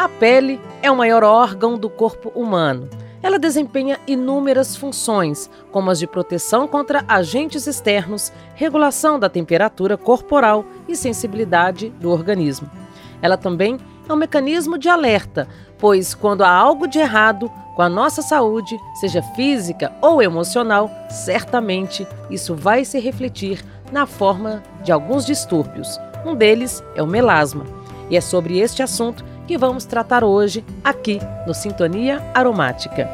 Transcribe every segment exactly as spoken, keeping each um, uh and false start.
A pele é o maior órgão do corpo humano. Ela desempenha inúmeras funções, como as de proteção contra agentes externos, regulação da temperatura corporal e sensibilidade do organismo. Ela também é um mecanismo de alerta, pois quando há algo de errado com a nossa saúde, seja física ou emocional, certamente isso vai se refletir na forma de alguns distúrbios. Um deles é o melasma. E é sobre este assunto que vamos tratar hoje aqui no Sintonia Aromática.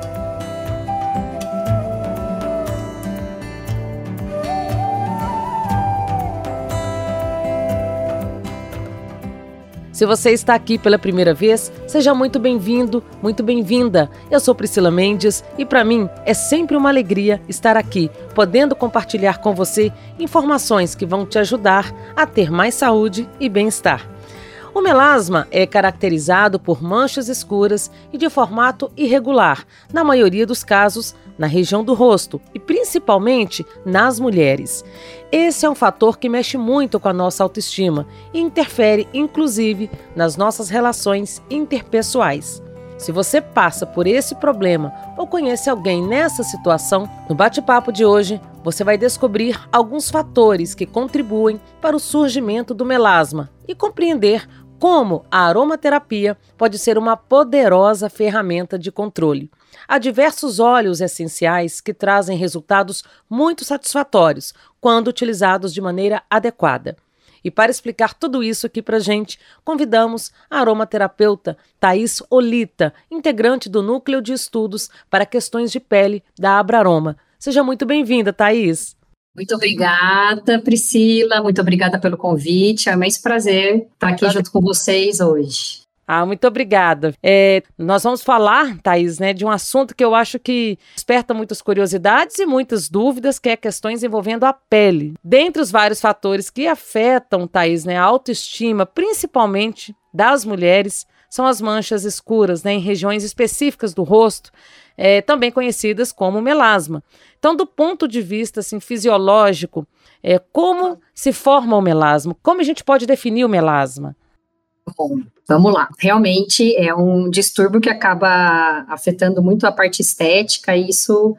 Se você está aqui pela primeira vez, seja muito bem-vindo, muito bem-vinda. Eu sou Priscila Mendes e para mim é sempre uma alegria estar aqui, podendo compartilhar com você informações que vão te ajudar a ter mais saúde e bem-estar. O melasma é caracterizado por manchas escuras e de formato irregular, na maioria dos casos, na região do rosto e principalmente nas mulheres. Esse é um fator que mexe muito com a nossa autoestima e interfere, inclusive, nas nossas relações interpessoais. Se você passa por esse problema ou conhece alguém nessa situação, no bate-papo de hoje, você vai descobrir alguns fatores que contribuem para o surgimento do melasma e compreender como a aromaterapia pode ser uma poderosa ferramenta de controle. Há diversos óleos essenciais que trazem resultados muito satisfatórios quando utilizados de maneira adequada. E para explicar tudo isso aqui pra gente, convidamos a aromaterapeuta Thaís Olita, integrante do Núcleo de Estudos para Questões de Pele da Abraroma. Seja muito bem-vinda, Thaís. Muito obrigada, Priscila. Muito obrigada pelo convite. É um imenso prazer estar aqui prazer. junto com vocês hoje. Ah, muito obrigada. É, nós vamos falar, Thaís, né, de um assunto que eu acho que desperta muitas curiosidades e muitas dúvidas, que é questões envolvendo a pele. Dentre os vários fatores que afetam, Thaís, né, a autoestima, principalmente das mulheres, são as manchas escuras, né, em regiões específicas do rosto, é, também conhecidas como melasma. Então, do ponto de vista assim, fisiológico, é, como se forma o melasma? Como a gente pode definir o melasma? Bom, vamos lá. Realmente é um distúrbio que acaba afetando muito a parte estética e isso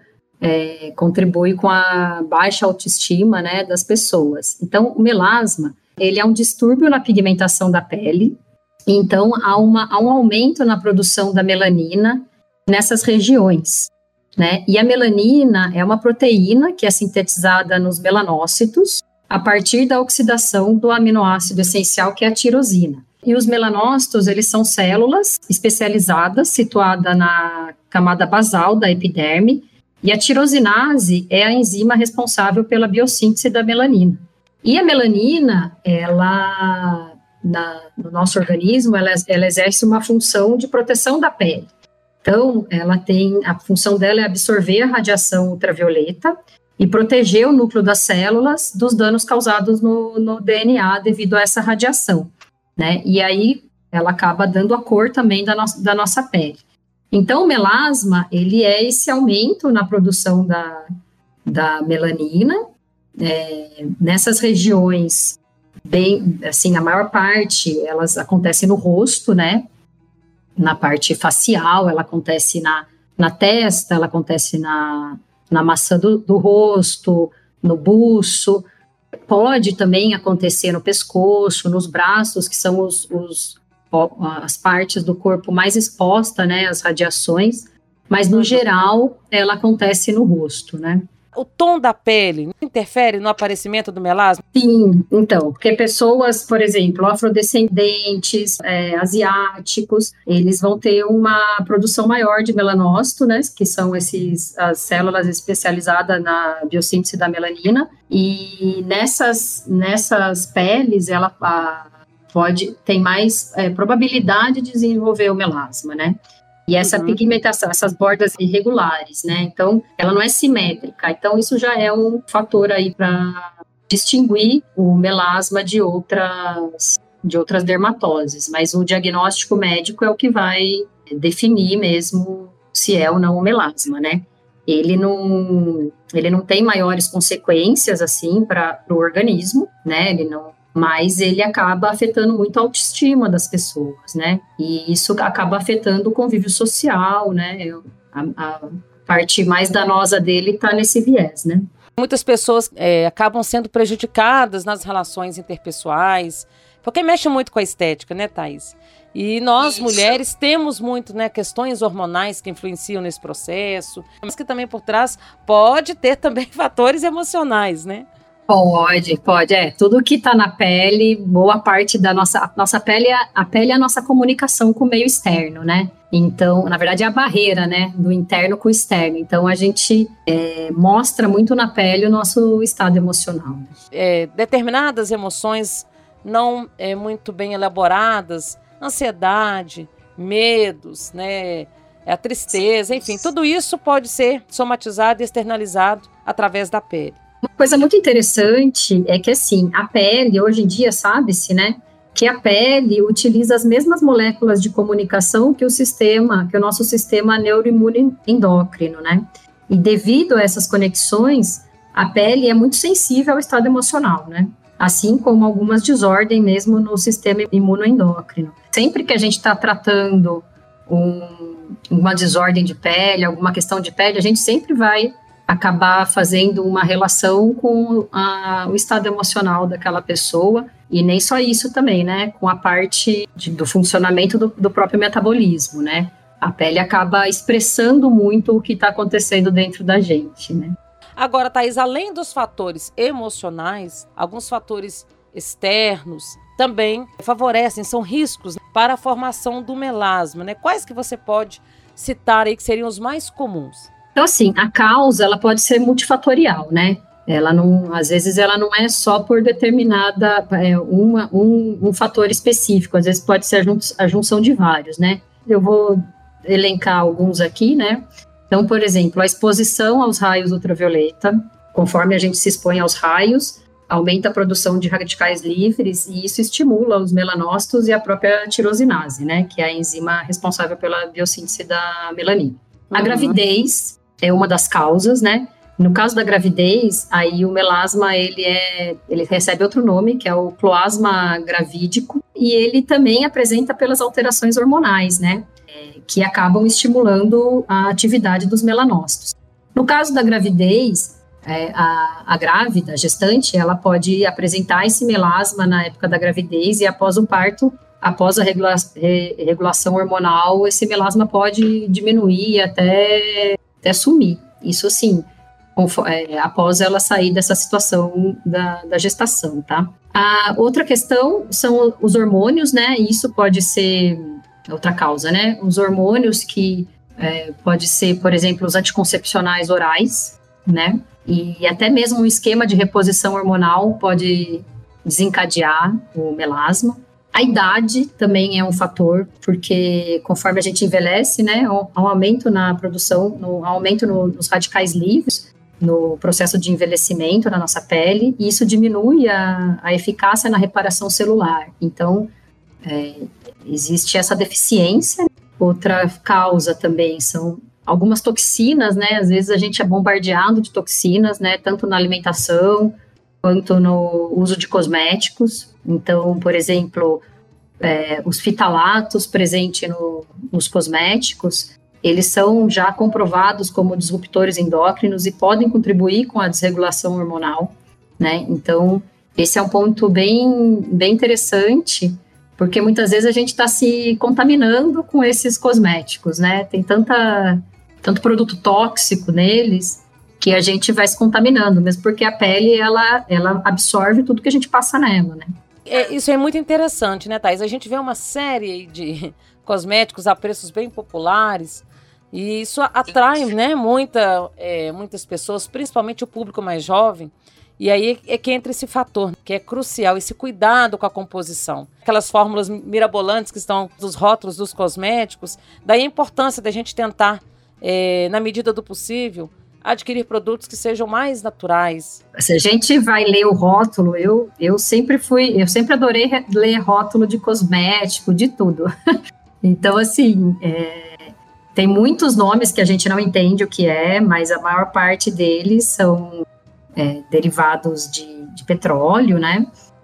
é, contribui com a baixa autoestima, né, das pessoas. Então, o melasma, ele é um distúrbio na pigmentação da pele, então há, uma, há um aumento na produção da melanina nessas regiões, né? E a melanina é uma proteína que é sintetizada nos melanócitos a partir da oxidação do aminoácido essencial que é a tirosina. E os melanócitos, eles são células especializadas situadas na camada basal da epiderme e a tirosinase é a enzima responsável pela biossíntese da melanina. E a melanina, ela, na, no nosso organismo, ela, ela exerce uma função de proteção da pele. Então, ela tem, a função dela é absorver a radiação ultravioleta e proteger o núcleo das células dos danos causados no, no D N A devido a essa radiação, né? E aí, ela acaba dando a cor também da, no, da nossa pele. Então, o melasma, ele é esse aumento na produção da, da melanina, é, nessas regiões, bem, assim, a maior parte, elas acontecem no rosto, né? Na parte facial, ela acontece na, na testa, ela acontece na, na maçã do, do rosto, no buço, pode também acontecer no pescoço, nos braços, que são os, os, as partes do corpo mais expostas, né, às radiações, mas no geral ela acontece no rosto, né. O tom da pele interfere no aparecimento do melasma? Sim, então, porque pessoas, por exemplo, afrodescendentes, é, asiáticos, eles vão ter uma produção maior de melanócito, né, que são esses, as células especializadas na biossíntese da melanina, e nessas, nessas peles, ela a, pode, tem mais é, probabilidade de desenvolver o melasma, né. E essa uhum. pigmentação, essas bordas irregulares, né? Então, ela não é simétrica. Então, isso já é um fator aí para distinguir o melasma de outras, de outras dermatoses. Mas o diagnóstico médico é o que vai definir mesmo se é ou não o melasma, né? Ele não, ele não tem maiores consequências, assim, para o organismo, né? Ele não, mas ele acaba afetando muito a autoestima das pessoas, né? E isso acaba afetando o convívio social, né? A, a parte mais danosa dele está nesse viés, né? Muitas pessoas é, acabam sendo prejudicadas nas relações interpessoais, porque mexe muito com a estética, né, Thaís? E nós, Isso. mulheres, temos muito, né, questões hormonais que influenciam nesse processo, mas que também por trás pode ter também fatores emocionais, né? Pode, pode, é. Tudo que está na pele, boa parte da nossa... A nossa pele, é, a pele é a nossa comunicação com o meio externo, né? Então, na verdade, é a barreira, né? Do interno com o externo. Então, a gente é, mostra muito na pele o nosso estado emocional. É, determinadas emoções não é, muito bem elaboradas, ansiedade, medos, né? A tristeza, enfim, tudo isso pode ser somatizado e externalizado através da pele. Uma coisa muito interessante é que, assim, a pele, hoje em dia, sabe-se, né, que a pele utiliza as mesmas moléculas de comunicação que o sistema, que o nosso sistema neuroimune endócrino, né? E devido a essas conexões, a pele é muito sensível ao estado emocional, né? Assim como algumas desordens mesmo no sistema imunoendócrino. Sempre que a gente está tratando um, uma desordem de pele, alguma questão de pele, a gente sempre vai acabar fazendo uma relação com a, o estado emocional daquela pessoa, e nem só isso também, né, com a parte de, do funcionamento do, do próprio metabolismo, né, a pele acaba expressando muito o que está acontecendo dentro da gente, né. Agora, Thaís, além dos fatores emocionais, alguns fatores externos também favorecem, são riscos para a formação do melasma, né, quais que você pode citar aí que seriam os mais comuns? Então, assim, a causa, ela pode ser multifatorial, né? Ela não, às vezes, ela não é só por determinada, é, uma, um, um fator específico, às vezes pode ser a, jun, a junção de vários, né? Eu vou elencar alguns aqui, né? Então, por exemplo, a exposição aos raios ultravioleta, conforme a gente se expõe aos raios, aumenta a produção de radicais livres e isso estimula os melanócitos e a própria tirosinase, né? Que é a enzima responsável pela biossíntese da melanina. A uhum. gravidez é uma das causas, né? No caso da gravidez, aí o melasma, ele, é, ele recebe outro nome, que é o cloasma gravídico, e ele também apresenta pelas alterações hormonais, né? É, que acabam estimulando a atividade dos melanócitos. No caso da gravidez, é, a, a grávida, a gestante, ela pode apresentar esse melasma na época da gravidez e após o parto, após a regula- re- regulação hormonal, esse melasma pode diminuir até até sumir, isso sim, é, após ela sair dessa situação da, da gestação, tá? A outra questão são os hormônios, né, isso pode ser outra causa, né, os hormônios que é, pode ser, por exemplo, os anticoncepcionais orais, né, e até mesmo um esquema de reposição hormonal pode desencadear o melasma. A idade também é um fator, porque conforme a gente envelhece, né, há um aumento na produção, no, aumento no, nos radicais livres, no processo de envelhecimento da nossa pele, e isso diminui a, a eficácia na reparação celular. Então, é, existe essa deficiência. Outra causa também são algumas toxinas, né, às vezes a gente é bombardeado de toxinas, né, tanto na alimentação, quanto no uso de cosméticos. Então, por exemplo, é, os fitalatos presentes no, nos cosméticos, eles são já comprovados como disruptores endócrinos e podem contribuir com a desregulação hormonal, né? Então, esse é um ponto bem, bem interessante, porque muitas vezes a gente está se contaminando com esses cosméticos, né? Tem tanta, tanto produto tóxico neles, que a gente vai se contaminando, mesmo porque a pele, ela, ela absorve tudo que a gente passa nela, né? É, isso é muito interessante, né, Thaís? A gente vê uma série de cosméticos a preços bem populares e isso atrai, né, muita, é, muitas pessoas, principalmente o público mais jovem, e aí é que entra esse fator, que é crucial, esse cuidado com a composição. Aquelas fórmulas mirabolantes que estão nos rótulos dos cosméticos, daí a importância da gente tentar, é, na medida do possível, adquirir produtos que sejam mais naturais. Se a gente vai ler o rótulo, eu, eu sempre fui, eu sempre adorei ler rótulo de cosmético, de tudo. Então, assim, é, tem muitos nomes que a gente não entende o que é, mas a maior parte deles são é, derivados de, de petróleo, né?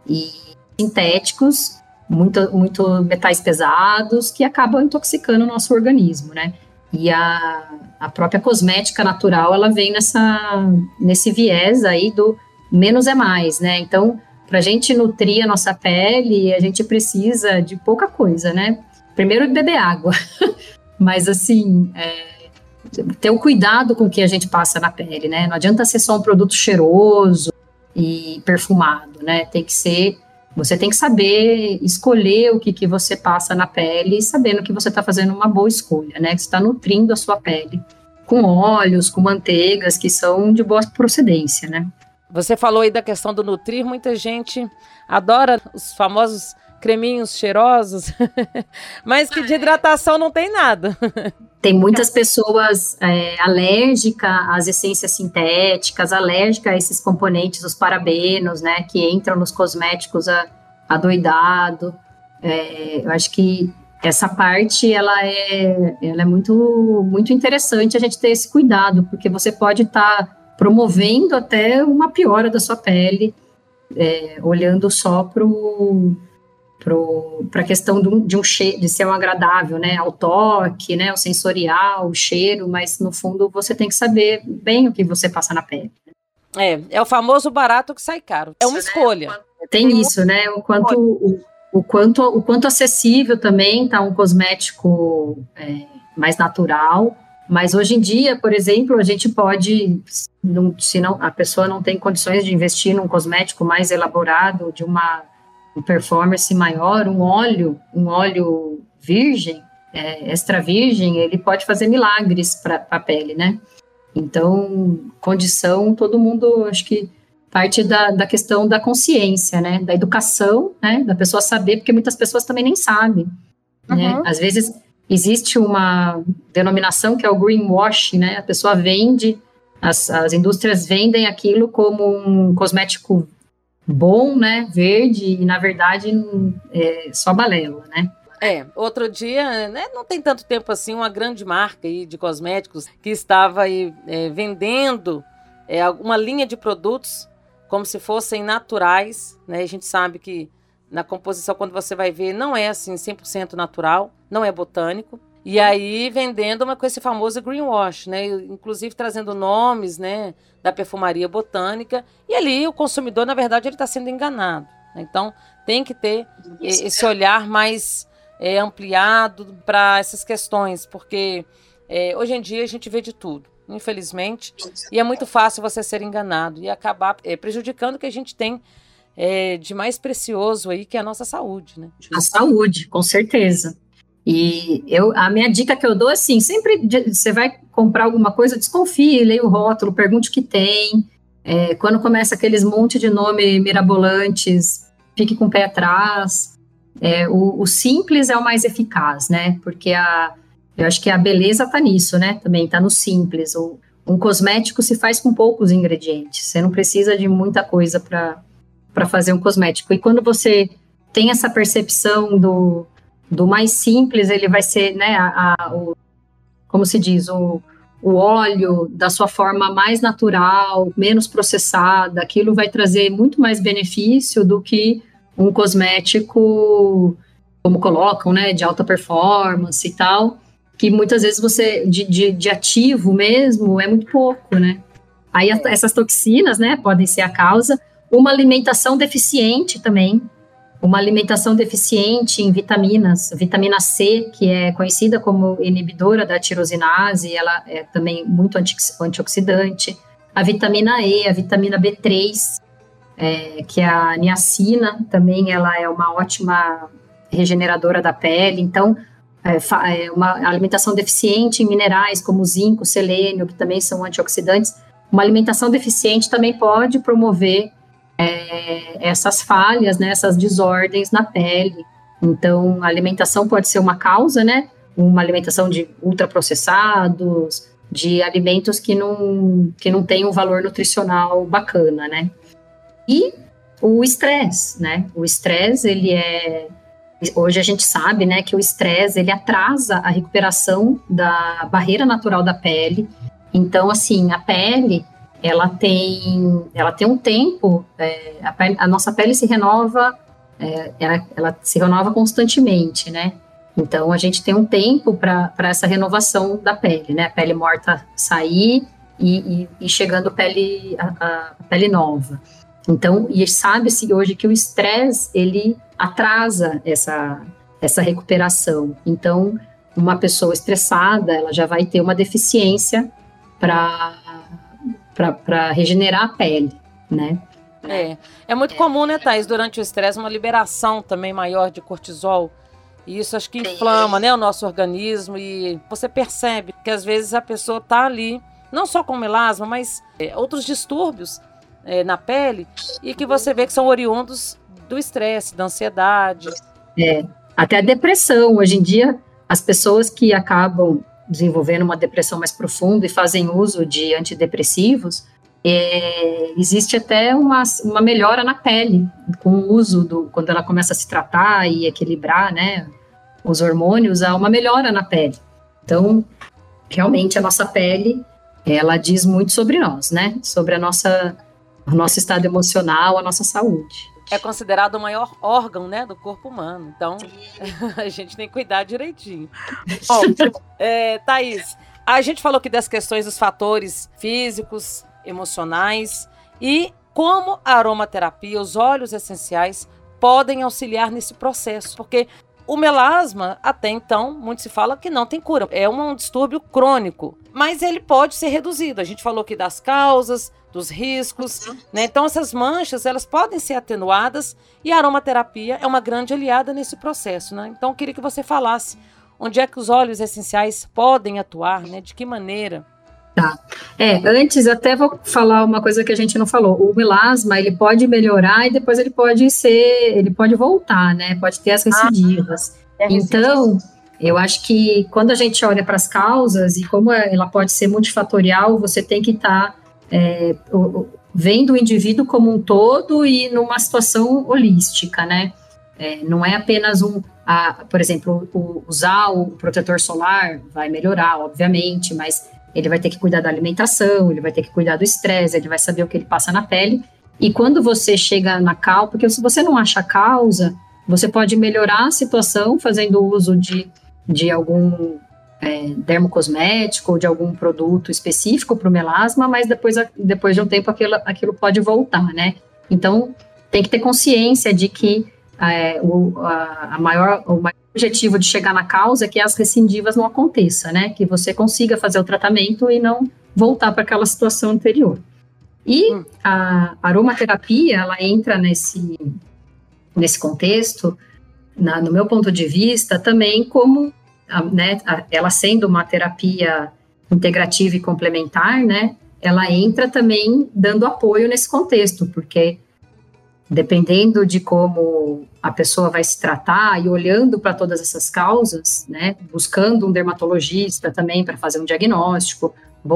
e sintéticos, muito, muito metais pesados, que acabam intoxicando o nosso organismo, né? E a, a própria cosmética natural, ela vem nessa, nesse viés aí do menos é mais, né? Então, para a gente nutrir a nossa pele, a gente precisa de pouca coisa, né? Primeiro, beber água. Mas, assim, é, ter o cuidado com o que a gente passa na pele, né? Não adianta ser só um produto cheiroso e perfumado, né? Tem que ser... Você tem que saber escolher o que, que você passa na pele, sabendo que você está fazendo uma boa escolha, né? Que você está nutrindo a sua pele com óleos, com manteigas, que são de boa procedência, né? Você falou aí da questão do nutrir, muita gente adora os famosos creminhos cheirosos, mas que de hidratação não tem nada. Tem muitas pessoas é, alérgicas às essências sintéticas, alérgicas a esses componentes, os parabenos, né, que entram nos cosméticos a, adoidado. É, eu acho que essa parte, ela é, ela é muito, muito interessante a gente ter esse cuidado, porque você pode estar tá promovendo até uma piora da sua pele, é, olhando só para para a questão de um, de um cheiro, de ser um agradável, né, ao toque, né, o sensorial, o cheiro, mas no fundo você tem que saber bem o que você passa na pele. É, é o famoso barato que sai caro. É uma escolha. Tem isso, né, o quanto, o, o quanto, o quanto acessível também tá um cosmético é, mais natural, mas hoje em dia, por exemplo, a gente pode, não, se não, a pessoa não tem condições de investir num cosmético mais elaborado, de uma performance maior, um óleo, um óleo virgem, é, extra virgem, ele pode fazer milagres para a pele, né? Então, condição, todo mundo, acho que parte da, da questão da consciência, né? Da educação, né? Da pessoa saber, porque muitas pessoas também nem sabem, uhum. né? Às vezes, existe uma denominação que é o greenwashing, né? A pessoa vende, as, as indústrias vendem aquilo como um cosmético bom, né, verde, e na verdade é só balela, né? É, outro dia, né, não tem tanto tempo assim, uma grande marca aí de cosméticos que estava aí é, vendendo é, uma linha de produtos como se fossem naturais, né? A gente sabe que na composição, quando você vai ver, não é assim cem por cento natural, não é botânico. E aí vendendo uma com esse famoso greenwash, né? Inclusive trazendo nomes, né, da perfumaria botânica. E ali o consumidor, na verdade, ele está sendo enganado. Né? Então tem que ter esse olhar mais é, ampliado para essas questões, porque é, hoje em dia a gente vê de tudo, infelizmente. E é muito fácil você ser enganado e acabar é, prejudicando o que a gente tem é, de mais precioso aí, que é a nossa saúde. Né? A saúde, com certeza. E eu, a minha dica que eu dou, assim, sempre você vai comprar alguma coisa, desconfie, leia o rótulo, pergunte o que tem. É, quando começa aqueles monte de nome mirabolantes, fique com o pé atrás. É, o, o simples é o mais eficaz, né? Porque a, eu acho que a beleza está nisso, né? Também está no simples. O, um cosmético se faz com poucos ingredientes. Você não precisa de muita coisa para fazer um cosmético. E quando você tem essa percepção do... do mais simples, ele vai ser, né, a, a, o, como se diz, o, o óleo da sua forma mais natural, menos processada, aquilo vai trazer muito mais benefício do que um cosmético, como colocam, né, de alta performance e tal, que muitas vezes você, de, de, de ativo mesmo, é muito pouco, né. Aí a, essas toxinas, né, podem ser a causa, uma alimentação deficiente também, uma alimentação deficiente em vitaminas, vitamina C, que é conhecida como inibidora da tirosinase, ela é também muito antioxidante, a vitamina E, a vitamina B três, é, que é a niacina, também ela é uma ótima regeneradora da pele, então é, é uma alimentação deficiente em minerais como zinco, selênio, que também são antioxidantes, uma alimentação deficiente também pode promover É, essas falhas, né, essas desordens na pele. Então, a alimentação pode ser uma causa, né, uma alimentação de ultraprocessados, de alimentos que não, que não têm um valor nutricional bacana, né. E o estresse, né, o estresse, ele é... Hoje a gente sabe, né, que o estresse, ele atrasa a recuperação da barreira natural da pele. Então, assim, a pele... ela tem, ela tem um tempo, é, a, pele, a nossa pele se renova, é, ela, ela se renova constantemente, né? Então, a gente tem um tempo para essa renovação da pele, né? A pele morta sair e, e, e chegando a pele, a, a pele nova. Então, e sabe-se hoje que o estresse, ele atrasa essa, essa recuperação. Então, uma pessoa estressada, ela já vai ter uma deficiência para para regenerar a pele, né? É, é muito comum, né, Thaís, durante o estresse, uma liberação também maior de cortisol. E isso acho que inflama, né, o nosso organismo, e você percebe que às vezes a pessoa está ali, não só com melasma, mas é, outros distúrbios é, na pele, e que você vê que são oriundos do estresse, da ansiedade. É, até a depressão. Hoje em dia, as pessoas que acabam desenvolvendo uma depressão mais profunda e fazem uso de antidepressivos, é, existe até uma, uma melhora na pele com o uso do, quando ela começa a se tratar e equilibrar, né, os hormônios, há uma melhora na pele. Então, realmente a nossa pele, ela diz muito sobre nós, né, sobre a nossa, o nosso estado emocional, a nossa saúde. É considerado o maior órgão, né, do corpo humano. Então, a gente tem que cuidar direitinho. Bom, é, Thaís, a gente falou aqui das questões dos fatores físicos, emocionais, e como a aromaterapia, os óleos essenciais, podem auxiliar nesse processo. Porque o melasma, até então, muito se fala que não tem cura. É um distúrbio crônico, mas ele pode ser reduzido. A gente falou aqui das causas, dos riscos, né? Então essas manchas, elas podem ser atenuadas, e a aromaterapia é uma grande aliada nesse processo, né? Então eu queria que você falasse onde é que os óleos essenciais podem atuar, né? De que maneira? Tá. É, antes até vou falar uma coisa que a gente não falou. O melasma, ele pode melhorar e depois ele pode ser, ele pode voltar, né? Pode ter as recidivas. Ah, é então, eu acho que quando a gente olha para as causas e como ela pode ser multifatorial, você tem que estar tá, é, vendo o indivíduo como um todo e numa situação holística, né? É, não é apenas um, a, por exemplo, o, usar o protetor solar vai melhorar, obviamente, mas ele vai ter que cuidar da alimentação, ele vai ter que cuidar do estresse, ele vai saber o que ele passa na pele. E quando você chega na causa, porque se você não acha a causa, você pode melhorar a situação fazendo uso de, de algum é, dermocosmético ou de algum produto específico para o melasma, mas depois, depois de um tempo aquilo, aquilo pode voltar, né? Então, tem que ter consciência de que é, o, a, a maior, o maior objetivo de chegar na causa é que as recidivas não aconteçam, né? Que você consiga fazer o tratamento e não voltar para aquela situação anterior. E hum. a aromaterapia, ela entra nesse, nesse contexto, na, no meu ponto de vista, também como, a, né, a, ela sendo uma terapia integrativa e complementar, né? Ela entra também dando apoio nesse contexto, porque dependendo de como a pessoa vai se tratar e olhando para todas essas causas, né, buscando um dermatologista também para fazer um diagnóstico,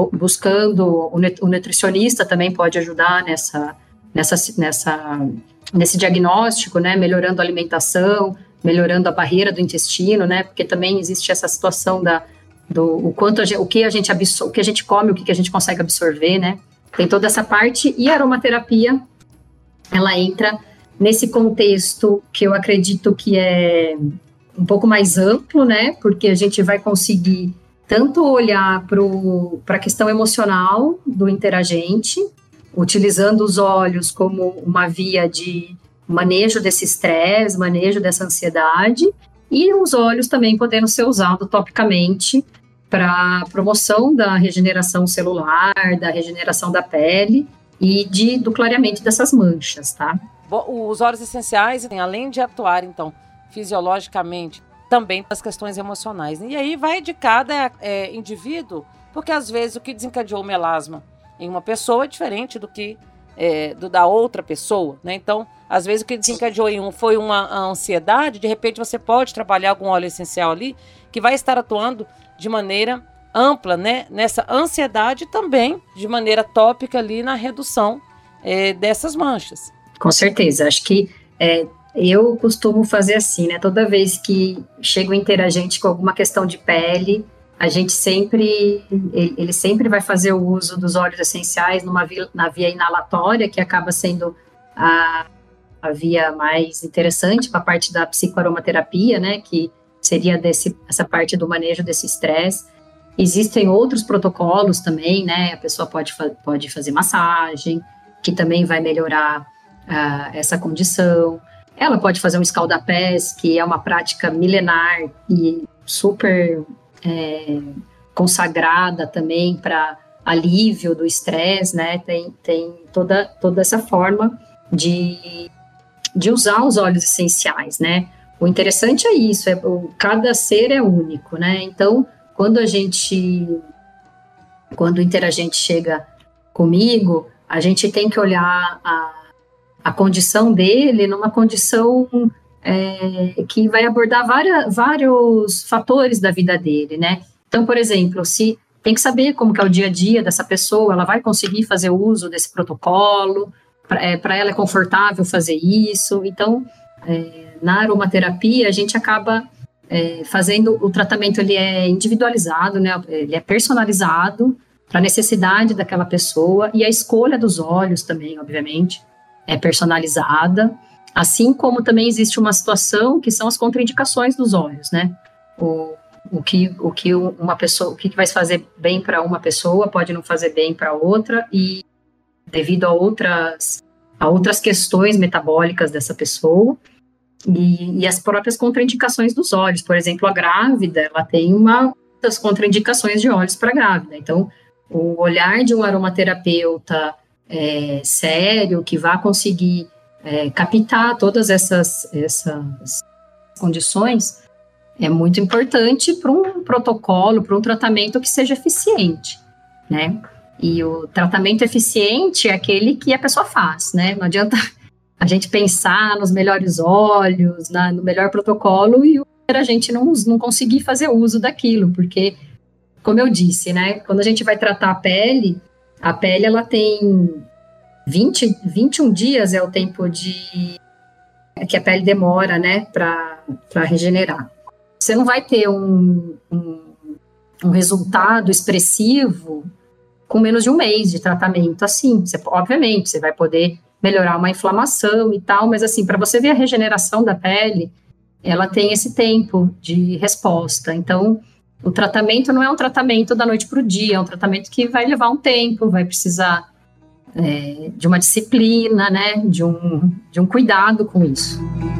buscando o nutricionista também pode ajudar nessa, nessa, nessa, nesse diagnóstico, né, melhorando a alimentação, melhorando a barreira do intestino, né, porque também existe essa situação da, do o quanto a gente, o que a gente absor- o que a gente come, o que a gente consegue absorver, né, tem toda essa parte. E a aromaterapia, ela entra nesse contexto que eu acredito que é um pouco mais amplo, né? Porque a gente vai conseguir tanto olhar para a questão emocional do interagente, utilizando os óleos como uma via de manejo desse estresse, manejo dessa ansiedade, e os óleos também podendo ser usados topicamente para promoção da regeneração celular, da regeneração da pele, e de, do clareamento dessas manchas, tá? Os óleos essenciais, além de atuar, então, fisiologicamente, também as questões emocionais. E aí vai de cada é, indivíduo, porque às vezes o que desencadeou o melasma em uma pessoa é diferente do que é, do, da outra pessoa, né? Então, às vezes o que desencadeou em um foi uma ansiedade, de repente você pode trabalhar algum óleo essencial ali que vai estar atuando de maneira ampla, né, nessa ansiedade, também de maneira tópica ali na redução é, dessas manchas. Com certeza, acho que é, eu costumo fazer assim, né, toda vez que chega um interagente com alguma questão de pele, a gente sempre, ele, ele sempre vai fazer o uso dos óleos essenciais numa via, na via inalatória, que acaba sendo a, a via mais interessante para a parte da psicoaromaterapia, né, que seria desse, essa parte do manejo desse estresse. Existem outros protocolos também, né, a pessoa pode, pode fazer massagem, que também vai melhorar uh, essa condição. Ela pode fazer um escaldapés, que é uma prática milenar e super é, consagrada também para alívio do estresse, né? Tem, tem toda, toda essa forma de, de usar os óleos essenciais, né? O interessante é isso, é, o, cada ser é único, né? Então, quando a gente, quando o interagente chega comigo, a gente tem que olhar a, a condição dele numa condição é, que vai abordar várias, vários fatores da vida dele, né? Então, por exemplo, se tem que saber como que é o dia a dia dessa pessoa, ela vai conseguir fazer uso desse protocolo, para é, ela é confortável fazer isso. Então, é, na aromaterapia, a gente acaba é, fazendo, o tratamento ele é individualizado, né? Ele é personalizado para a necessidade daquela pessoa, e a escolha dos óleos também, obviamente, é personalizada, assim como também existe uma situação que são as contraindicações dos óleos, né? O, o, que, o que uma pessoa, o que vai fazer bem para uma pessoa pode não fazer bem para outra, e devido a outras, a outras questões metabólicas dessa pessoa, e, e as próprias contraindicações dos óleos. Por exemplo, a grávida, ela tem uma das contraindicações de óleos para a grávida. Então, o olhar de um aromaterapeuta é, sério, que vai conseguir é, captar todas essas, essas condições, é muito importante para um protocolo, para um tratamento que seja eficiente, né? E o tratamento eficiente é aquele que a pessoa faz, né? Não adianta a gente pensar nos melhores óleos, na, no melhor protocolo, e a gente não, não conseguir fazer uso daquilo, porque, como eu disse, né? Quando a gente vai tratar a pele, a pele ela tem vinte, vinte e um dias é o tempo de que a pele demora, né, para regenerar. Você não vai ter um, um, um resultado expressivo com menos de um mês de tratamento, assim. Você, obviamente, você vai poder melhorar uma inflamação e tal, mas assim, para você ver a regeneração da pele, ela tem esse tempo de resposta. Então, o tratamento não é um tratamento da noite para o dia, é um tratamento que vai levar um tempo, vai precisar é, de uma disciplina, né, de um, de um cuidado com isso.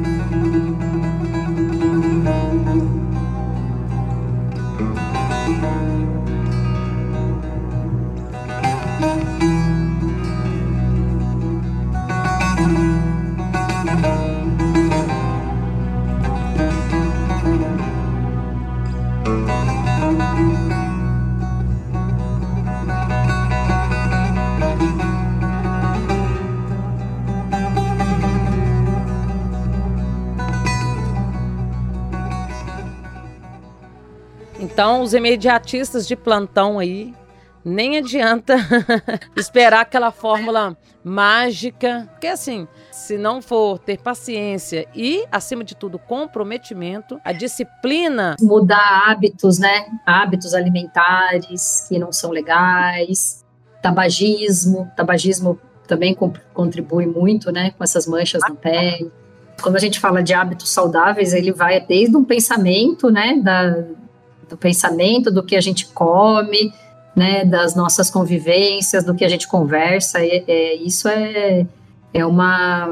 Então, os imediatistas de plantão aí, nem adianta esperar aquela fórmula mágica. Porque assim, se não for ter paciência e, acima de tudo, comprometimento, a disciplina... Mudar hábitos, né? Hábitos alimentares que não são legais, tabagismo. Tabagismo também contribui muito, né? Com essas manchas na pele. Quando a gente fala de hábitos saudáveis, ele vai desde um pensamento, né? Da... do pensamento, do que a gente come, né, das nossas convivências, do que a gente conversa, é, é, isso é, é uma...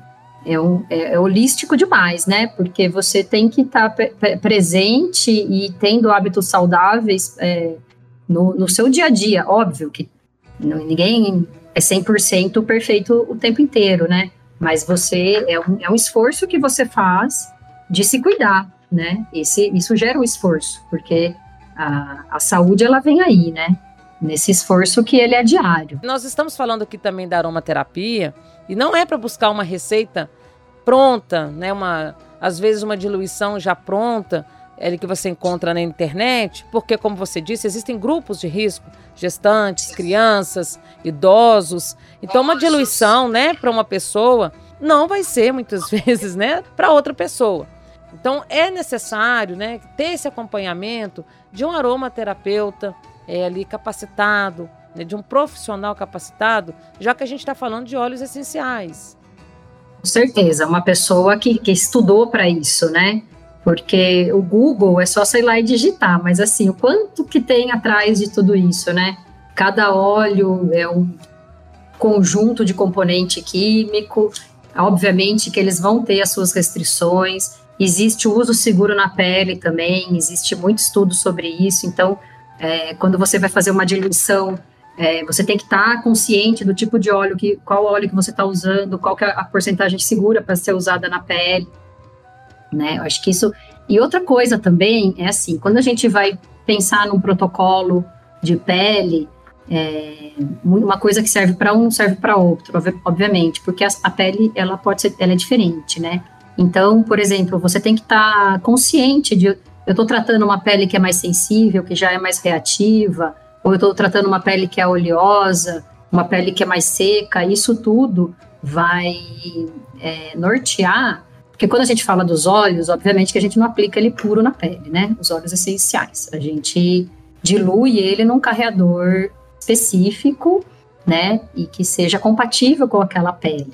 É, um, é, é holístico demais, né, porque você tem que estar tá pre- presente e tendo hábitos saudáveis é, no, no seu dia a dia. Óbvio que não, ninguém é cem por cento perfeito o tempo inteiro, né, mas você, é um, é um esforço que você faz de se cuidar, né? Esse, isso gera um esforço, porque a, a saúde, ela vem aí, né? Nesse esforço que ele é diário. Nós estamos falando aqui também da aromaterapia, e não é para buscar uma receita pronta, né? Uma, às vezes uma diluição já pronta, é que você encontra na internet, porque, como você disse, existem grupos de risco, gestantes, crianças, idosos. Então, uma diluição, né, para uma pessoa, não vai ser, muitas vezes, né, para outra pessoa. Então, é necessário, né, ter esse acompanhamento de um aromaterapeuta é, ali capacitado, né, de um profissional capacitado, já que a gente está falando de óleos essenciais. Com certeza, uma pessoa que, que estudou para isso, né? Porque o Google é só sei lá e digitar, mas assim, o quanto que tem atrás de tudo isso, né? Cada óleo é um conjunto de componente químico, obviamente que eles vão ter as suas restrições, existe o uso seguro na pele também, existe muito estudo sobre isso, então, é, quando você vai fazer uma diluição, é, você tem que estar consciente do tipo de óleo, que, qual óleo que você está usando, qual que é a porcentagem segura para ser usada na pele, né? Eu acho que isso... E outra coisa também é assim, quando a gente vai pensar num protocolo de pele, é, uma coisa que serve para um serve para outro, obviamente, porque a, a pele ela pode ser, ela é diferente, né? Então, por exemplo, você tem que estar tá consciente de, eu estou tratando uma pele que é mais sensível, que já é mais reativa, ou eu estou tratando uma pele que é oleosa, uma pele que é mais seca. Isso tudo vai é, nortear. Porque quando a gente fala dos óleos, obviamente que a gente não aplica ele puro na pele, né? Os óleos essenciais. A gente dilui ele num carreador específico, né? E que seja compatível com aquela pele.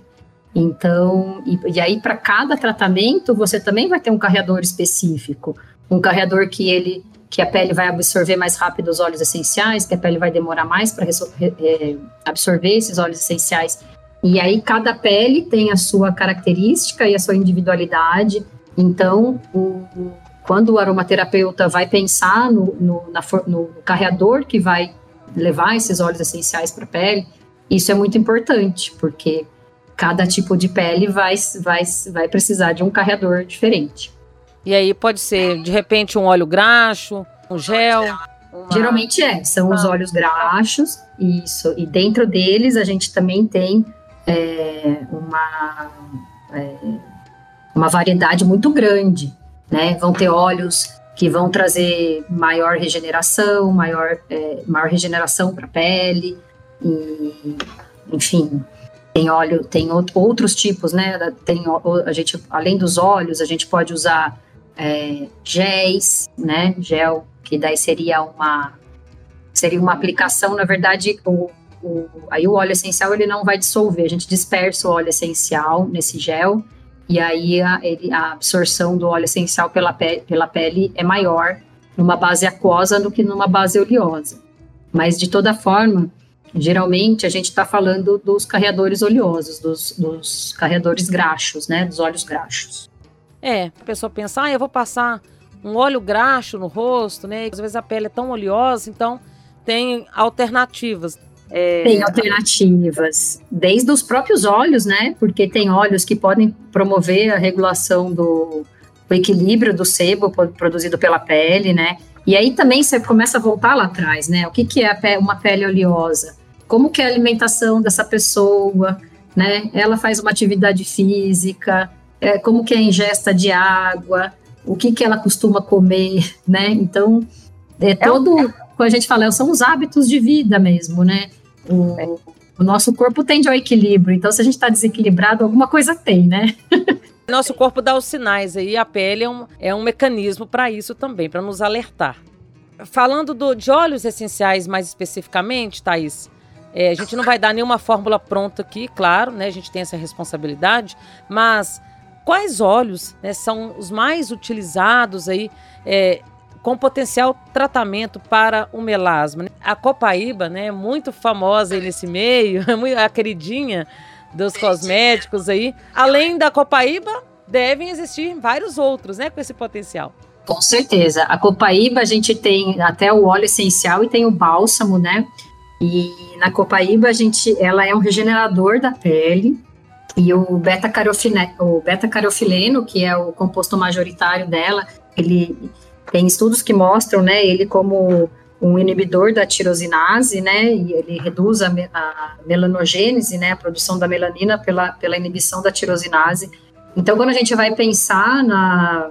Então, e, e aí para cada tratamento, você também vai ter um carreador específico. Um carreador que ele, que a pele vai absorver mais rápido os óleos essenciais, que a pele vai demorar mais para é, absorver esses óleos essenciais. E aí cada pele tem a sua característica e a sua individualidade. Então, o, o, quando o aromaterapeuta vai pensar no, no, na, no carreador que vai levar esses óleos essenciais para a pele, isso é muito importante, porque cada tipo de pele vai, vai, vai precisar de um carreador diferente. E aí pode ser, de repente, um óleo graxo, um gel... Uma... Geralmente é, são os óleos graxos, isso. E dentro deles a gente também tem É, uma, é, uma variedade muito grande, né? Vão ter óleos que vão trazer maior regeneração, maior, é, maior regeneração para a pele, e, enfim, tem óleo, tem outros tipos, né? Tem, a gente, além dos óleos, a gente pode usar é, géis, né? Gel, que daí seria uma, seria uma aplicação, na verdade, o O, aí o óleo essencial ele não vai dissolver, a gente dispersa o óleo essencial nesse gel e aí a, ele, a absorção do óleo essencial pela, pe, pela pele é maior numa base aquosa do que numa base oleosa. Mas de toda forma, geralmente a gente está falando dos carreadores oleosos, dos, dos carreadores graxos, né, dos óleos graxos. É, a pessoa pensa, ah, eu vou passar um óleo graxo no rosto, né, às vezes a pele é tão oleosa, então tem alternativas. É... Tem alternativas, desde os próprios óleos, né? Porque tem óleos que podem promover a regulação do, do equilíbrio do sebo produzido pela pele, né? E aí também você começa a voltar lá atrás, né? O que, que é uma pele oleosa? Como que é a alimentação dessa pessoa, né? Ela faz uma atividade física, é, como que é a ingesta de água, o que, que ela costuma comer, né? Então, é todo... É um... Como a gente fala, são os hábitos de vida mesmo, né? O, o nosso corpo tende ao equilíbrio, então se a gente está desequilibrado, alguma coisa tem, né? Nosso corpo dá os sinais aí, a pele é um, é um mecanismo para isso também, para nos alertar. Falando do, de óleos essenciais mais especificamente, Thaís, é, a gente não vai dar nenhuma fórmula pronta aqui, claro, né? A gente tem essa responsabilidade, mas quais óleos, né, são os mais utilizados aí, é, com potencial tratamento para o melasma? A copaíba, né, muito famosa aí nesse meio, a queridinha dos cosméticos aí. Além da copaíba, devem existir vários outros, né, com esse potencial. Com certeza. A copaíba, a gente tem até o óleo essencial e tem o bálsamo, né? E na copaíba, a gente, ela é um regenerador da pele. E o beta-carofileno, o beta-carofileno, que é o composto majoritário dela, ele... Tem estudos que mostram, né, ele como um inibidor da tirosinase, né, e ele reduz a, me, a melanogênese, né, a produção da melanina pela, pela inibição da tirosinase. Então, quando a gente vai pensar na,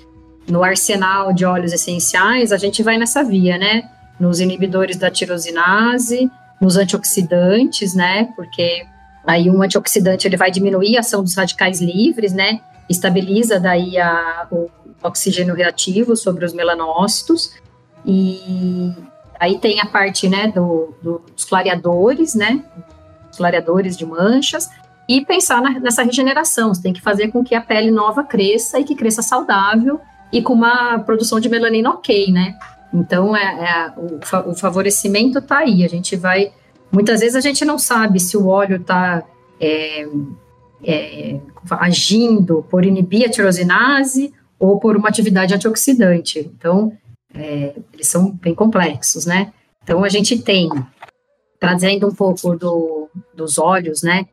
no arsenal de óleos essenciais, a gente vai nessa via, né, nos inibidores da tirosinase, nos antioxidantes, né, porque aí um antioxidante ele vai diminuir a ação dos radicais livres, né, estabiliza daí a, o oxigênio reativo sobre os melanócitos, e aí tem a parte, né, do, do, dos clareadores, né, os clareadores de manchas, e pensar na, nessa regeneração. Você tem que fazer com que a pele nova cresça e que cresça saudável e com uma produção de melanina ok, né? Então, é, é, o, o favorecimento está aí. A gente vai... Muitas vezes a gente não sabe se o óleo está é, é, agindo por inibir a tirosinase ou por uma atividade antioxidante. Então, é, eles são bem complexos, né? Então, a gente tem, trazendo um pouco do, dos óleos, né?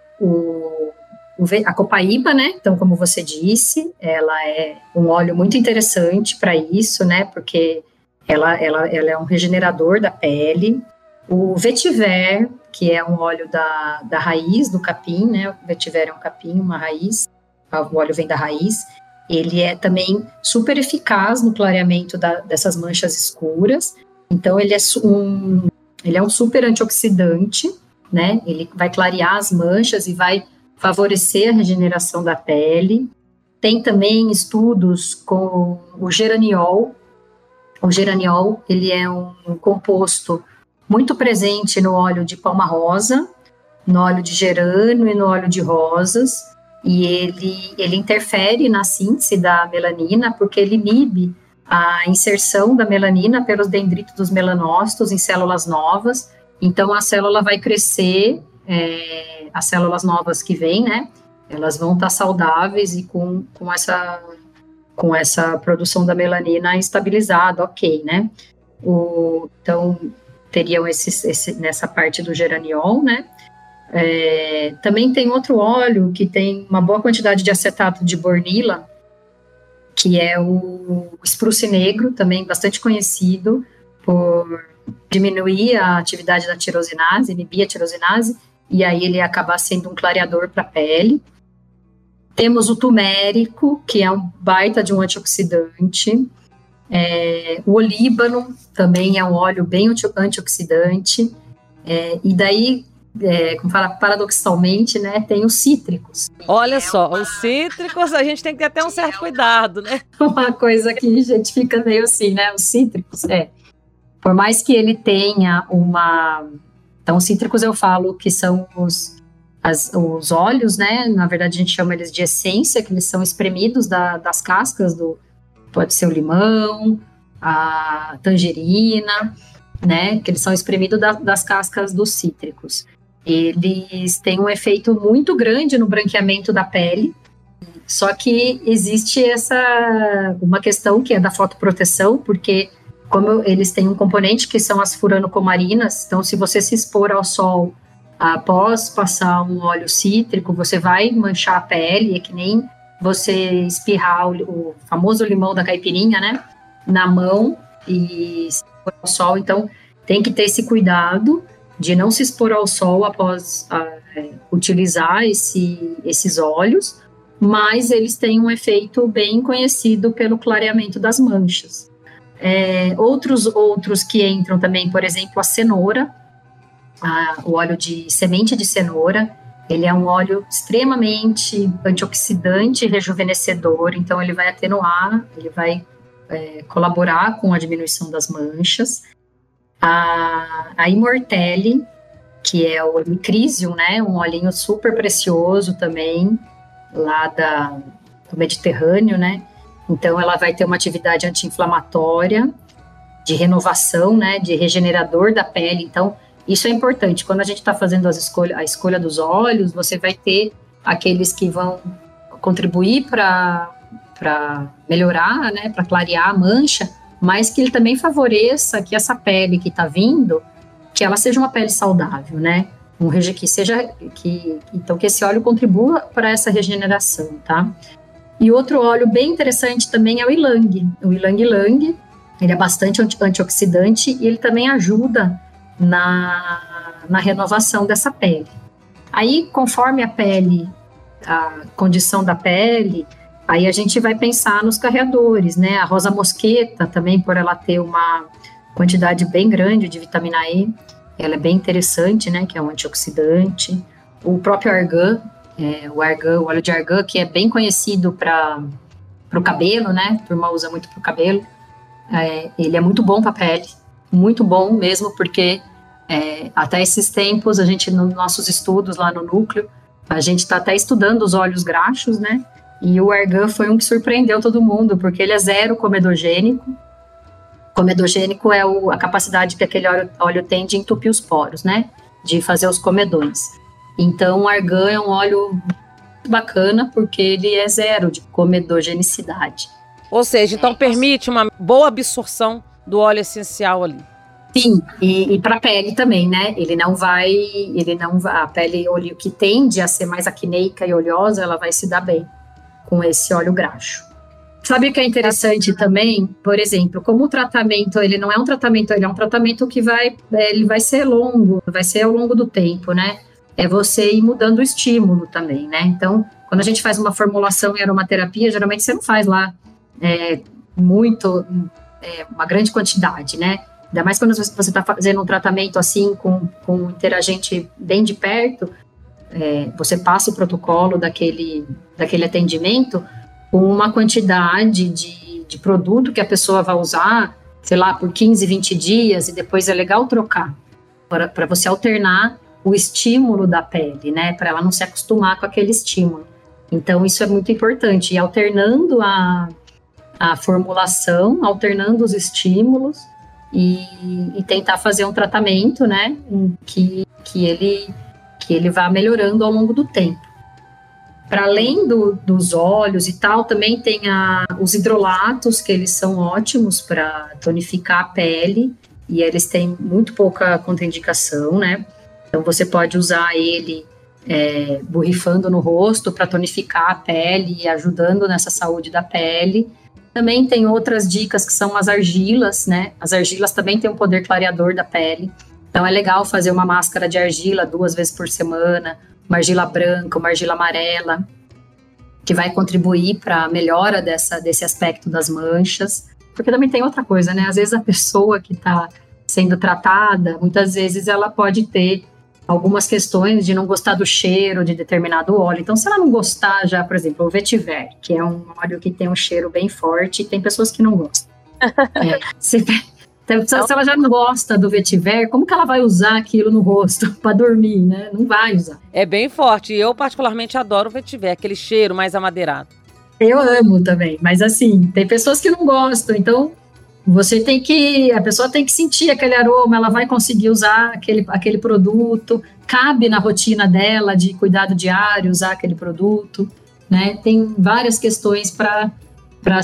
O, o, a copaíba, né? Então, como você disse, ela é um óleo muito interessante para isso, né? Porque ela, ela, ela é um regenerador da pele. O vetiver, que é um óleo da, da raiz do capim, né? O vetiver é um capim, uma raiz, o óleo vem da raiz. Ele é também super eficaz no clareamento da, dessas manchas escuras. Então, ele é um, ele é um super antioxidante, né? Ele vai clarear as manchas e vai favorecer a regeneração da pele. Tem também estudos com o geraniol. O geraniol, ele é um composto muito presente no óleo de palma rosa, no óleo de gerânio e no óleo de rosas, e ele, ele interfere na síntese da melanina, porque ele inibe a inserção da melanina pelos dendritos dos melanócitos em células novas. Então, a célula vai crescer, é, as células novas que vêm, né, elas vão estar saudáveis e com, com, essa, com essa produção da melanina estabilizada, ok, né. O, então, teriam esses, esse, nessa parte do geraniol, né. É, também tem outro óleo que tem uma boa quantidade de acetato de bornila, que é o espruce negro, também bastante conhecido por diminuir a atividade da tirosinase, inibir a tirosinase, e aí ele acaba sendo um clareador para a pele. Temos o turmérico, que é um baita de um antioxidante. É, o olíbano também é um óleo bem antioxidante. É, e daí, é, como fala paradoxalmente, né, tem os cítricos. Olha só, uma... os cítricos a gente tem que ter até um certo cuidado, né? Uma coisa que a gente fica meio assim, né, os cítricos, é. Por mais que ele tenha uma... Então, os cítricos eu falo que são os, as, os óleos, né? Na verdade, a gente chama eles de essência, que eles são espremidos da, das cascas do... Pode ser o limão, a tangerina, né? Que eles são espremidos da, das cascas dos cítricos. Eles têm um efeito muito grande no branqueamento da pele, só que existe essa... uma questão que é da fotoproteção, porque... como eles têm um componente que são as furanocomarinas, então se você se expor ao sol após passar um óleo cítrico, você vai manchar a pele, é que nem você espirrar o, o famoso limão da caipirinha, né, na mão e se expor ao sol. Então tem que ter esse cuidado de não se expor ao sol após a, é, utilizar esse, esses óleos, mas eles têm um efeito bem conhecido pelo clareamento das manchas. É, outros, outros que entram também, por exemplo, a cenoura, a, o óleo de semente de cenoura, ele é um óleo extremamente antioxidante e rejuvenescedor, então ele vai atenuar, ele vai é, colaborar com a diminuição das manchas. A, a Immortelle, que é o Crisium, né, um olhinho super precioso também, lá da, do Mediterrâneo, né. Então, ela vai ter uma atividade anti-inflamatória, de renovação, né, de regenerador da pele. Então, isso é importante. Quando a gente está fazendo as escolha, a escolha dos óleos, você vai ter aqueles que vão contribuir para melhorar, né, para clarear a mancha, mas que ele também favoreça que essa pele que está vindo, que ela seja uma pele saudável, né? Um, que seja, que, então, que esse óleo contribua para essa regeneração, tá? E outro óleo bem interessante também é o ylang. O ylang-ylang, ele é bastante antioxidante e ele também ajuda na, na renovação dessa pele. Aí, conforme a pele, a condição da pele, aí a gente vai pensar nos carreadores, né? A rosa mosqueta também, por ela ter uma quantidade bem grande de vitamina E, ela é bem interessante, né? Que é um antioxidante. O próprio argan, é, o argan, o óleo de argan, que é bem conhecido para o cabelo, né? A turma usa muito para o cabelo. É, ele é muito bom para a pele, muito bom mesmo, porque é, até esses tempos, a gente, nos nossos estudos lá no núcleo, a gente está até estudando os óleos graxos, né? E o argan foi um que surpreendeu todo mundo, porque ele é zero comedogênico. Comedogênico é o, a capacidade que aquele óleo, óleo tem de entupir os poros, né? De fazer os comedões. Então, o argan é um óleo muito bacana, porque ele é zero de comedogenicidade. Ou seja, então é, permite uma boa absorção do óleo essencial ali. Sim, e, e para a pele também, né? Ele não vai, ele não vai, a pele óleo que tende a ser mais acneica e oleosa, ela vai se dar bem com esse óleo graxo. Sabe o que é interessante também? Por exemplo, como o tratamento, ele não é um tratamento, ele é um tratamento que vai, ele vai ser longo, vai ser ao longo do tempo, né? É você ir mudando o estímulo também, né? Então, quando a gente faz uma formulação em aromaterapia, geralmente você não faz lá é, muito, é, uma grande quantidade, né? Ainda mais quando você está fazendo um tratamento assim, com, com um interagente bem de perto, é, você passa o protocolo daquele, daquele atendimento com uma quantidade de, de produto que a pessoa vai usar, sei lá, por quinze, vinte dias, e depois é legal trocar, para você alternar o estímulo da pele, né, para ela não se acostumar com aquele estímulo. Então, isso é muito importante, e alternando a, a formulação, alternando os estímulos, e, e tentar fazer um tratamento, né, que, que, ele, que ele vá melhorando ao longo do tempo. Para além do, dos óleos e tal, também tem a, os hidrolatos, que eles são ótimos para tonificar a pele, e eles têm muito pouca contraindicação, né? Então, você pode usar ele é, borrifando no rosto para tonificar a pele e ajudando nessa saúde da pele. Também tem outras dicas que são as argilas, né? As argilas também têm um poder clareador da pele. Então, é legal fazer uma máscara de argila duas vezes por semana, uma argila branca, uma argila amarela, que vai contribuir para a melhora dessa, desse aspecto das manchas. Porque também tem outra coisa, né? Às vezes a pessoa que está sendo tratada, muitas vezes ela pode ter algumas questões de não gostar do cheiro de determinado óleo. Então, se ela não gostar já, por exemplo, o vetiver, que é um óleo que tem um cheiro bem forte, tem pessoas que não gostam. É, se... Então, se ela já não gosta do vetiver, como que ela vai usar aquilo no rosto para dormir, né? Não vai usar. É bem forte. Eu, particularmente, adoro o vetiver, aquele cheiro mais amadeirado. Eu amo também, mas assim, tem pessoas que não gostam, então você tem que, a pessoa tem que sentir aquele aroma, ela vai conseguir usar aquele, aquele produto, cabe na rotina dela de cuidado diário usar aquele produto, né? Tem várias questões para para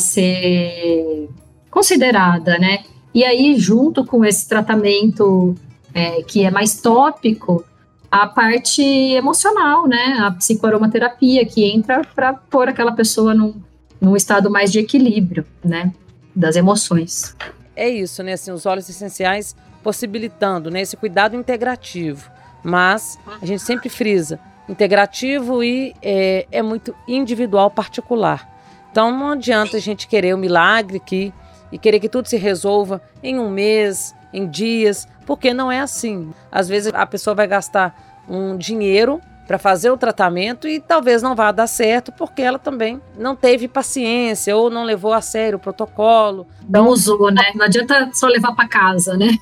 ser considerada, né? E aí, junto com esse tratamento é, que é mais tópico, a parte emocional, né? A psicoaromaterapia, que entra para pôr aquela pessoa num, num estado mais de equilíbrio, né? Das emoções. É isso, né? Assim, os óleos essenciais possibilitando, né, esse cuidado integrativo. Mas a gente sempre frisa, integrativo e é, é muito individual, particular. Então não adianta a gente querer o milagre aqui, e querer que tudo se resolva em um mês, em dias, porque não é assim. Às vezes a pessoa vai gastar um dinheiro para fazer o tratamento e talvez não vá dar certo, porque ela também não teve paciência ou não levou a sério o protocolo. Não usou, né? Não adianta só levar para casa, né?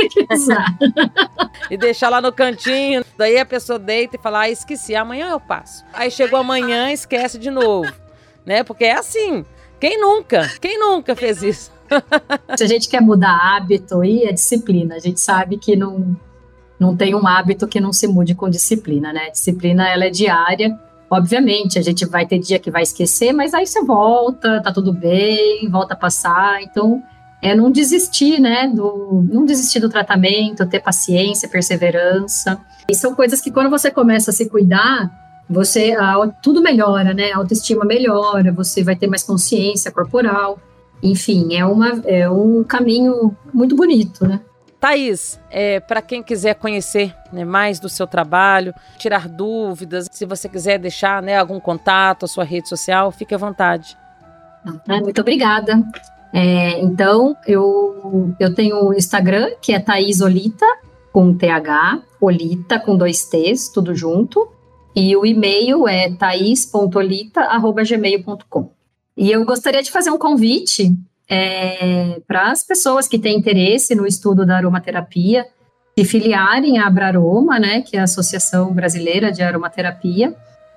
E deixar lá no cantinho. Daí a pessoa deita e fala, ah, esqueci, amanhã eu passo. Aí chegou amanhã, esquece de novo, né? Porque é assim. Quem nunca? Quem nunca fez isso? Se a gente quer mudar hábito, e é disciplina. A gente sabe que não, não tem um hábito que não se mude com disciplina, né? Disciplina, ela é diária. Obviamente, a gente vai ter dia que vai esquecer, mas aí você volta, tá tudo bem, volta a passar. Então, é não desistir, né? Do, não desistir do tratamento, ter paciência, perseverança. E são coisas que quando você começa a se cuidar, você, a, tudo melhora, né? A autoestima melhora, você vai ter mais consciência corporal. Enfim, é, uma, é um caminho muito bonito, né? Thaís, é, para quem quiser conhecer, né, mais do seu trabalho, tirar dúvidas, se você quiser deixar, né, algum contato, a sua rede social, fique à vontade. Ah, muito obrigada. É, então, eu, eu tenho o Instagram, que é Thaís Olita, com T H, Olita com dois T's, tudo junto. e o e-mail é thais ponto olita arroba gmail ponto com. E eu gostaria de fazer um convite é, para as pessoas que têm interesse no estudo da aromaterapia, se filiarem à Abraroma, né, que é a Associação Brasileira de Aromaterapia,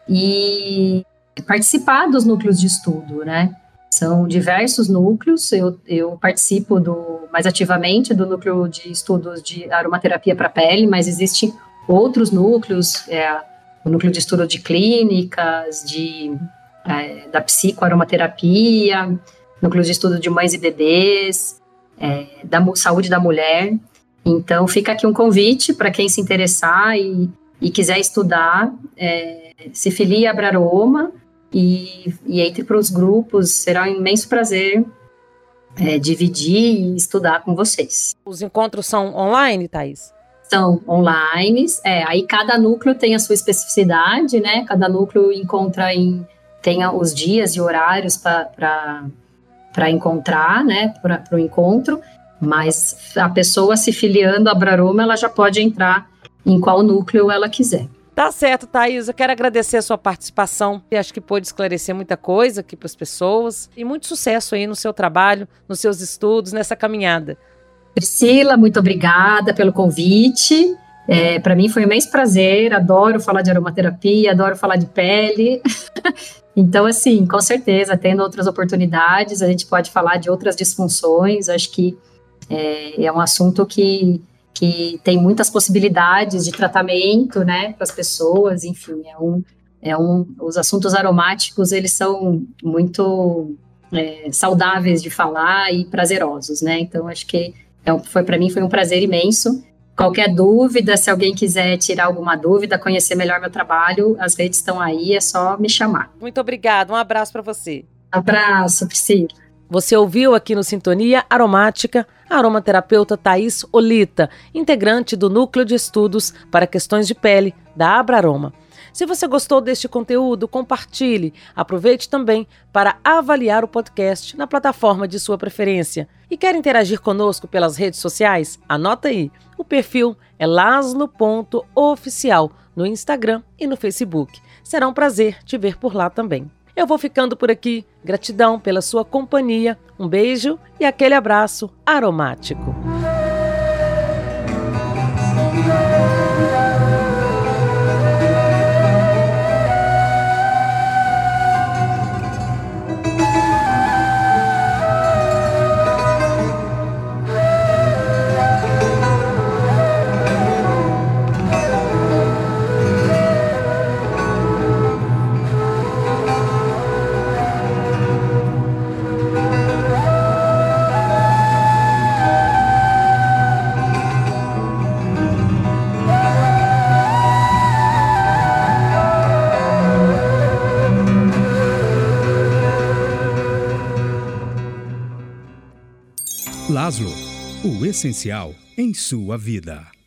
e participar dos núcleos de estudo, né? São diversos núcleos, eu, eu participo do, mais ativamente do núcleo de estudos de aromaterapia para pele, mas existem outros núcleos, é, o núcleo de estudo de clínicas, de, é, da psicoaromaterapia, núcleo de estudo de mães e bebês, é, da saúde da mulher. Então, fica aqui um convite para quem se interessar e, e quiser estudar, é, se filie à Abraroma, E, e entre para os grupos, será um imenso prazer é, dividir e estudar com vocês. Os encontros são online, Thais? São online, é, aí cada núcleo tem a sua especificidade, né? Cada núcleo encontra em, tem os dias e horários para encontrar, né? Para o encontro, mas a pessoa se filiando à Abraroma, ela já pode entrar em qual núcleo ela quiser. Tá certo, Thais. Eu quero agradecer a sua participação. Eu acho que pôde esclarecer muita coisa aqui para as pessoas. E muito sucesso aí no seu trabalho, nos seus estudos, nessa caminhada. Priscila, muito obrigada pelo convite. É, para mim foi um imenso prazer. Adoro falar de aromaterapia, adoro falar de pele. Então, assim, com certeza, tendo outras oportunidades, a gente pode falar de outras disfunções. Acho que é, é um assunto que... que tem muitas possibilidades de tratamento, né, para as pessoas, enfim, é um, é um, os assuntos aromáticos, eles são muito é, saudáveis de falar e prazerosos, né, então acho que é, foi, para mim foi um prazer imenso. Qualquer dúvida, se alguém quiser tirar alguma dúvida, conhecer melhor meu trabalho, as redes estão aí, é só me chamar. Muito obrigada, um abraço para você. Abraço, Priscila. Você ouviu aqui no Sintonia Aromática a aromaterapeuta Thais Olita, integrante do Núcleo de Estudos para Questões de Pele da Abraroma. Se você gostou deste conteúdo, compartilhe. Aproveite também para avaliar o podcast na plataforma de sua preferência. E quer interagir conosco pelas redes sociais? Anota aí. O perfil é laslo ponto oficial no Instagram e no Facebook. Será um prazer te ver por lá também. Eu vou ficando por aqui. Gratidão pela sua companhia. Um beijo e aquele abraço aromático. Laslo, o essencial em sua vida.